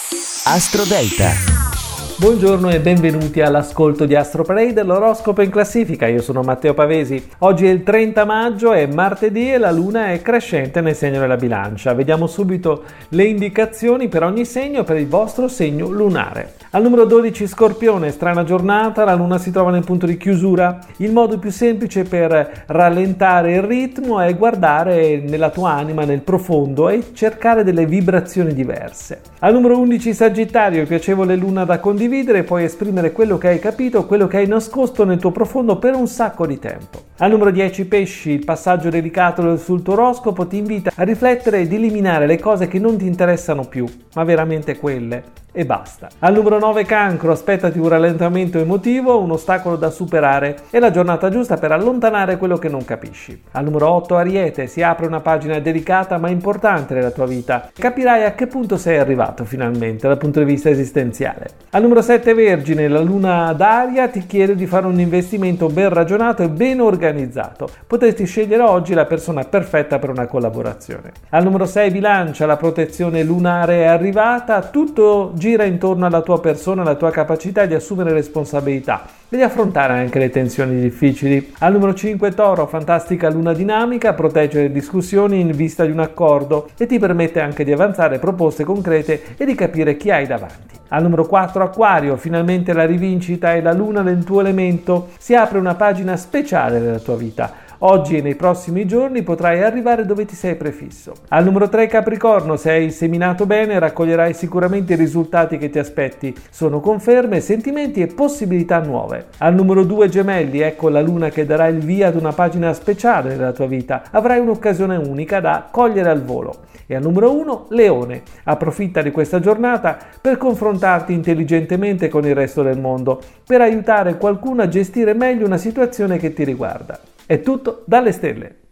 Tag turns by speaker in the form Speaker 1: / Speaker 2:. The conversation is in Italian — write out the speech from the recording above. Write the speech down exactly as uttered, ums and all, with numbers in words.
Speaker 1: Astrodelta.
Speaker 2: Buongiorno e benvenuti all'ascolto di Astroparade, l'oroscopo in classifica. Io sono Matteo Pavesi. Oggi è il trenta maggio, è martedì e la luna è crescente nel segno della Bilancia. Vediamo subito le indicazioni per ogni segno per il vostro segno lunare. Al numero dodici Scorpione, strana giornata, la luna si trova nel punto di chiusura. Il modo più semplice per rallentare il ritmo è guardare nella tua anima, nel profondo, e cercare delle vibrazioni diverse. Al numero undici Sagittario, piacevole luna da condividere. Puoi esprimere quello che hai capito, quello che hai nascosto nel tuo profondo per un sacco di tempo. Al numero dieci Pesci, il passaggio delicato sul tuo oroscopo ti invita a riflettere ed eliminare le cose che non ti interessano più, ma veramente quelle, e basta. Al numero nove Cancro, aspettati un rallentamento emotivo, un ostacolo da superare e la giornata giusta per allontanare quello che non capisci. Al numero otto Ariete, si apre una pagina delicata ma importante nella tua vita. Capirai a che punto sei arrivato finalmente dal punto di vista esistenziale. Al numero sette Vergine, la luna d'aria ti chiede di fare un investimento ben ragionato e ben organizzato. Potresti scegliere oggi la persona perfetta per una collaborazione. Al numero sei Bilancia, la protezione lunare è arrivata, tutto gira intorno alla tua persona, alla tua capacità di assumere responsabilità e di affrontare anche le tensioni difficili. Al numero cinque Toro, fantastica luna dinamica, protegge le discussioni in vista di un accordo e ti permette anche di avanzare proposte concrete e di capire chi hai davanti. Al numero quattro Acquario, finalmente la rivincita e la luna nel tuo elemento, si apre una pagina speciale della tua vita. Oggi e nei prossimi giorni potrai arrivare dove ti sei prefisso. Al numero tre Capricorno, se hai seminato bene raccoglierai sicuramente i risultati che ti aspetti. Sono conferme, sentimenti e possibilità nuove. Al numero due Gemelli, ecco la luna che darà il via ad una pagina speciale della tua vita. Avrai un'occasione unica da cogliere al volo. E al numero uno Leone, approfitta di questa giornata per confrontarti intelligentemente con il resto del mondo, per aiutare qualcuno a gestire meglio una situazione che ti riguarda. È tutto dalle stelle.